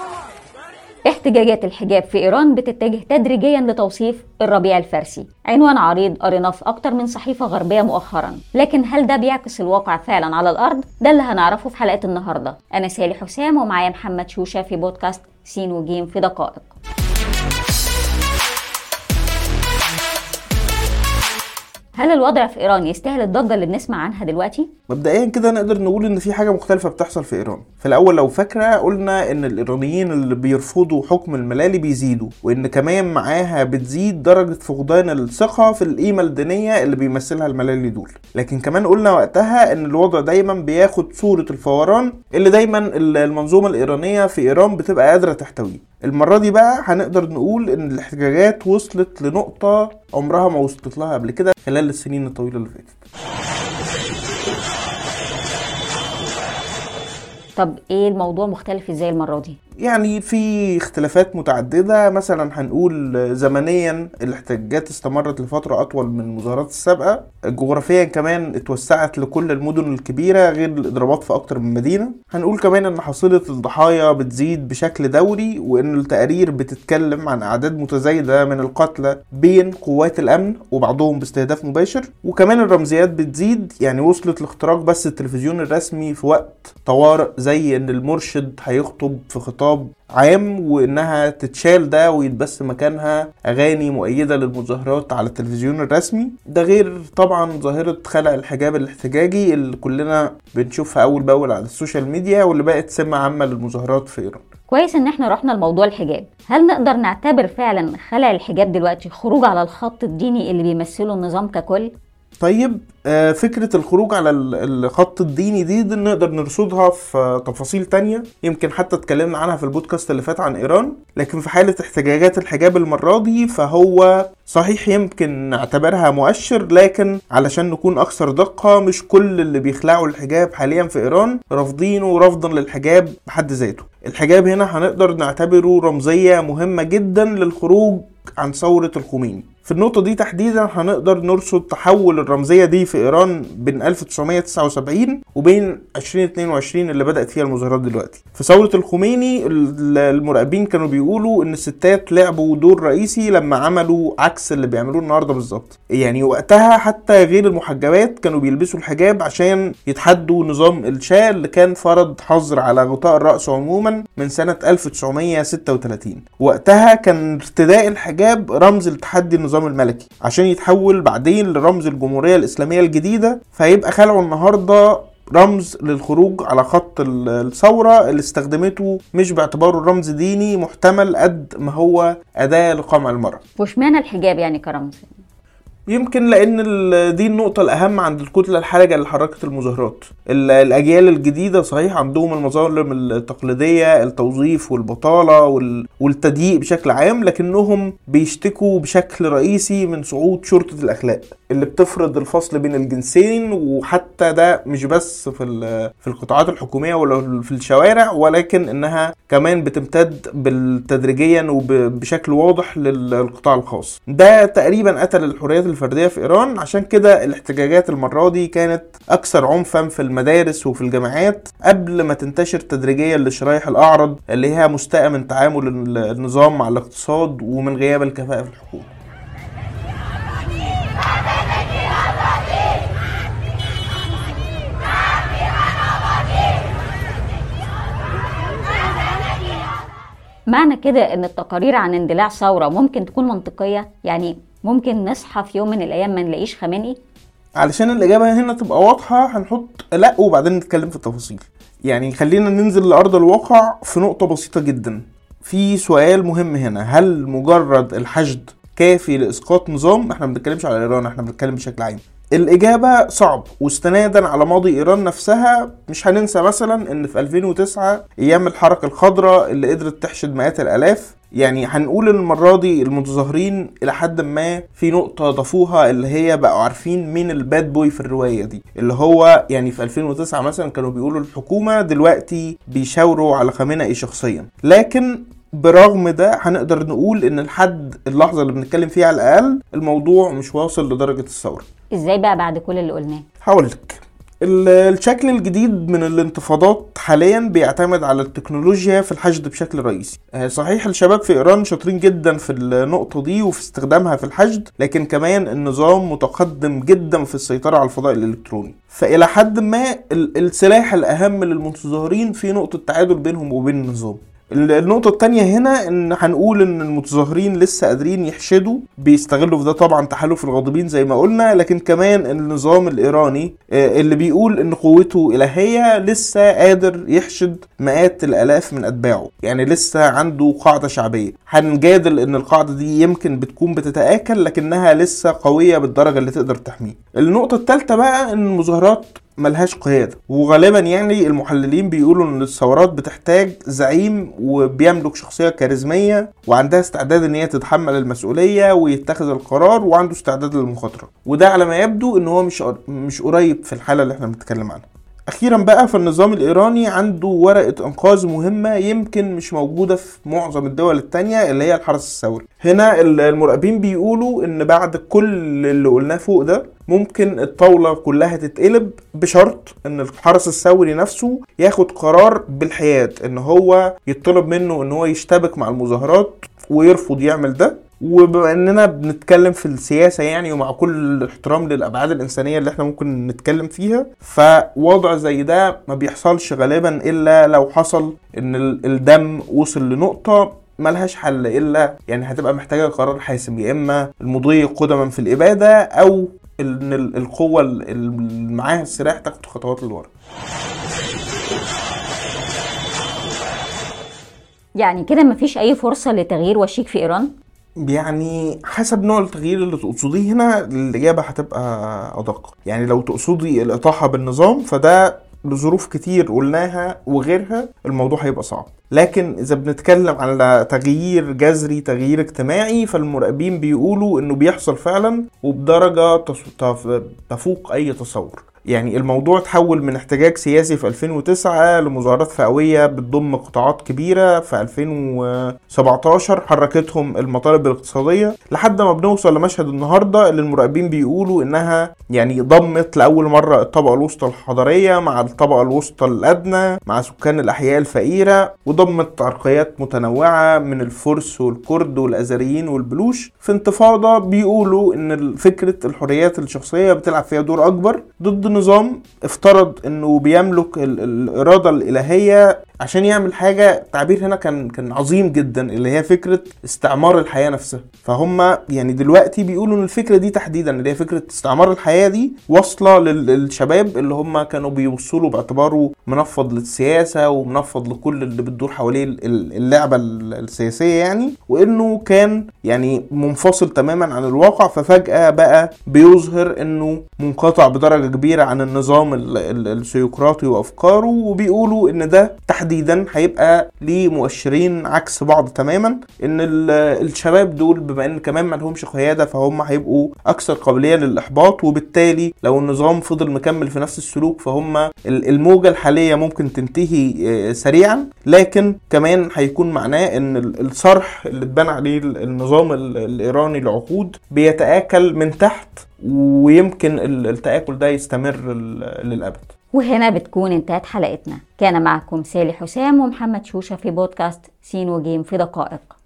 احتجاجات الحجاب في إيران بتتجه تدريجيا لتوصيف الربيع الفارسي، عنوان عريض قريناه في أكتر من صحيفة غربية مؤخرا. لكن هل ده بيعكس الواقع فعلا على الأرض؟ ده اللي هنعرفه في حلقة النهاردة. أنا سالي حسام ومعايا محمد شوشة في بودكاست سين وجيم في دقائق. هل الوضع في إيران يستاهل الضجة اللي بنسمع عنها دلوقتي؟ مبدئيا كده نقدر نقول ان في حاجة مختلفة بتحصل في إيران. في الأول لو فاكرة قلنا ان الإيرانيين اللي بيرفضوا حكم الملالي بيزيدوا، وان كمان معاها بتزيد درجة فقدان الثقة في القيمة الدينية اللي بيمثلها الملالي دول. لكن كمان قلنا وقتها ان الوضع دايما بياخد صورة الفوران اللي دايما المنظومة الإيرانية في إيران بتبقى قادرة تحتويه. المرة دي بقى هنقدر نقول ان الاحتجاجات وصلت لنقطة عمرها ما وصلت لها قبل كده خلال السنين الطويلة اللي فاتت. طب ايه الموضوع مختلف ازاي المرة دي؟ يعني في اختلافات متعددة. مثلا هنقول زمنيا الاحتجاجات استمرت لفترة أطول من المظاهرات السابقة. جغرافيا كمان اتوسعت لكل المدن الكبيرة غير الإضرابات في أكتر من مدينة. هنقول كمان أن حصيلة الضحايا بتزيد بشكل دوري، وأن التقارير بتتكلم عن أعداد متزايدة من القتلى بين قوات الأمن وبعضهم باستهداف مباشر. وكمان الرمزيات بتزيد، يعني وصلت لاختراق بس التلفزيون الرسمي في وقت طوارئ، زي أن المرشد هيخطب في خطاب عام وانها تتشال ده ويتبث مكانها اغاني مؤيده للمظاهرات على التلفزيون الرسمي. ده غير طبعا ظاهره خلع الحجاب الاحتجاجي اللي كلنا بنشوفها اول باول على السوشيال ميديا واللي بقت سمه عامه للمظاهرات في ايران. كويس ان احنا رحنا لموضوع الحجاب. هل نقدر نعتبر فعلا خلع الحجاب دلوقتي خروج على الخط الديني اللي بيمثله النظام ككل؟ طيب فكرة الخروج على الخط الديني دي نقدر نرصدها في تفاصيل تانية، يمكن حتى اتكلمنا عنها في البودكاست اللي فات عن إيران. لكن في حالة احتجاجات الحجاب المرة دي فهو صحيح يمكن نعتبرها مؤشر، لكن علشان نكون أكثر دقة مش كل اللي بيخلعوا الحجاب حاليا في إيران رافضينه رفضا للحجاب بحد ذاته. الحجاب هنا هنقدر نعتبره رمزية مهمة جدا للخروج عن ثورة الخميني. في النقطة دي تحديدا هنقدر نرصد تحول الرمزية دي في إيران بين 1979 وبين 2022 اللي بدأت فيها المظاهرات دلوقتي. في ثورة الخميني المراقبين كانوا بيقولوا إن الستات لعبوا دور رئيسي لما عملوا عكس اللي بيعملوه النهاردة بالظبط. يعني وقتها حتى غير المحجبات كانوا بيلبسوا الحجاب عشان يتحدوا نظام الشاه اللي كان فرض حظر على غطاء الرأس عموما من سنة 1936. وقتها كان ارتداء الحجاب رمز لتحدي النظام الملكي عشان يتحول بعدين لرمز الجمهورية الإسلامية الجديدة، فيبقى خلعه النهاردة رمز للخروج على خط الثورة اللي استخدمته مش باعتباره رمز ديني محتمل قد ما هو أداة لقمع المرأة. وش معنى الحجاب يعني كرمز؟ يمكن لأن دي النقطة الأهم عند الكتلة الحرجة اللي حركت المظاهرات. الأجيال الجديدة صحيح عندهم المظالم التقليدية، التوظيف والبطالة والتضييق بشكل عام، لكنهم بيشتكوا بشكل رئيسي من صعود شرطة الأخلاق اللي بتفرض الفصل بين الجنسين. وحتى ده مش بس في القطاعات الحكومية ولا في الشوارع، ولكن إنها كمان بتمتد بالتدريجيا وبشكل واضح للقطاع الخاص. ده تقريبا قتل الحريات الفردية في إيران. عشان كده الاحتجاجات المرة دي كانت أكثر عنفا في المدارس وفي الجامعات قبل ما تنتشر تدريجيا للشرايح الأعرض اللي هي مستاءة من تعامل النظام مع الاقتصاد ومن غياب الكفاءة في الحكومة. معنى كده ان التقارير عن اندلاع ثورة ممكن تكون منطقية؟ يعني ممكن نصحى في يوم من الايام ما نلاقيش خامنئي؟ علشان الاجابة هنا تبقى واضحة هنحط لا وبعدين نتكلم في التفاصيل. يعني خلينا ننزل لأرض الواقع في نقطة بسيطة جدا. في سؤال مهم هنا، هل مجرد الحشد كافي لإسقاط نظام؟ احنا ما بنتكلمش على إيران، احنا بنتكلم بشكل عام. الإجابة صعب، واستنادا على ماضي إيران نفسها مش هننسى مثلا إن في 2009 أيام الحركة الخضراء اللي قدرت تحشد مئات الآلاف. يعني هنقول المرة دي المتظاهرين إلى حد ما في نقطة ضافوها اللي هي بقوا عارفين مين الباد بوي في الرواية دي، اللي هو يعني في 2009 مثلا كانوا بيقولوا الحكومة، دلوقتي بيشاوروا على خامنئي شخصيا. لكن برغم ده هنقدر نقول إن لحد اللحظة اللي بنتكلم فيها على الأقل الموضوع مش واصل لدرجة الثورة. ازاي بقى بعد كل اللي قلناه؟ هقولك الشكل الجديد من الانتفاضات حاليا بيعتمد على التكنولوجيا في الحشد بشكل رئيسي. صحيح الشباب في إيران شاطرين جدا في النقطة دي وفي استخدامها في الحشد، لكن كمان النظام متقدم جدا في السيطرة على الفضاء الإلكتروني. فإلى حد ما السلاح الأهم للمتظاهرين في نقطة تعادل بينهم وبين النظام. النقطة التانية هنا ان هنقول ان المتظاهرين لسه قادرين يحشدوا، بيستغلوا في ده طبعا تحالف الغاضبين زي ما قلنا، لكن كمان النظام الإيراني اللي بيقول ان قوته إلهية لسه قادر يحشد مئات الآلاف من أتباعه، يعني لسه عنده قاعدة شعبية. هنجادل ان القاعدة دي يمكن بتكون بتتآكل، لكنها لسه قوية بالدرجة اللي تقدر تحميه. النقطة الثالثة بقى ان المظاهرات ملهاش قيادة، وغالبا يعني المحللين بيقولوا ان الثورات بتحتاج زعيم وبيملك شخصية كاريزمية وعندها استعداد ان هي تتحمل المسؤولية ويتخذ القرار وعنده استعداد للمخاطرة، وده على ما يبدو ان هو مش قريب في الحالة اللي احنا بنتكلم عنها. اخيرا بقى فالنظام الايراني عنده ورقة انقاذ مهمة يمكن مش موجودة في معظم الدول التانية، اللي هي الحرس الثوري. هنا المراقبين بيقولوا ان بعد كل اللي قلناه فوق ده ممكن الطاولة كلها تتقلب بشرط ان الحرس الثوري نفسه ياخد قرار بالحياد، ان هو يطلب منه ان هو يشتبك مع المظاهرات ويرفض يعمل ده. وبما اننا بنتكلم في السياسة يعني، ومع كل الاحترام للأبعاد الإنسانية اللي احنا ممكن نتكلم فيها، فوضع زي ده ما بيحصلش غالبا إلا لو حصل ان الدم وصل لنقطة ملهاش حل، إلا يعني هتبقى محتاجة قرار حاسم، يا إما المضي قدما في الإبادة أو ان القوة اللي معاها السلاح تاخد خطوات لورا. يعني كده مفيش أي فرصة لتغيير وشيك في إيران؟ يعني حسب نوع التغيير اللي تقصديه هنا الإجابة هتبقى أدق. يعني لو تقصدي الإطاحة بالنظام فده لظروف كتير قلناها وغيرها الموضوع هيبقى صعب، لكن إذا بنتكلم على تغيير جذري، تغيير اجتماعي، فالمراقبين بيقولوا إنه بيحصل فعلا وبدرجة تفوق أي تصور. يعني الموضوع تحول من احتجاج سياسي في 2009 لمظاهرات فئوية بتضم قطاعات كبيرة في 2017 حركتهم المطالب الاقتصادية، لحد ما بنوصل لمشهد النهاردة اللي المراقبين بيقولوا انها يعني ضمت لأول مرة الطبقة الوسطى الحضرية مع الطبقة الوسطى الأدنى مع سكان الأحياء الفقيرة، وضمت عرقيات متنوعة من الفرس والكرد والأزريين والبلوش في انتفاضة بيقولوا ان فكرة الحريات الشخصية بتلعب فيها دور أكبر ضد نظام افترض انه بيملك الإرادة الإلهية عشان يعمل حاجة. تعبير هنا كان عظيم جدا، اللي هي فكرة استعمار الحياة نفسها. فهم يعني دلوقتي بيقولوا ان الفكرة دي تحديدا اللي هي فكرة استعمار الحياة دي واصلة للشباب اللي هم كانوا بيوصلوا باعتباره منفض للسياسة ومنفض لكل اللي بتدور حواليه اللعبة السياسية يعني، وانه كان يعني منفصل تماما عن الواقع، ففجأة بقى بيظهر انه منقطع بدرجة كبيرة عن النظام السيقراطي وافكاره. وبيقولوا ان ده تحديدا هيبقى ليه مؤشرين عكس بعض تماما، ان الشباب دول بما ان كمان ما لهمش قيادة فهم هيبقوا اكثر قابلية للاحباط، وبالتالي لو النظام فضل مكمل في نفس السلوك فهم الموجة الحالية ممكن تنتهي سريعا، لكن كمان هيكون معناه ان الصرح اللي اتبنى عليه النظام الايراني لعقود بيتآكل من تحت، ويمكن التآكل ده يستمر للأبد. وهنا بتكون انتهت حلقتنا. كان معكم سالي حسام ومحمد شوشة في بودكاست سين وجيم في دقائق.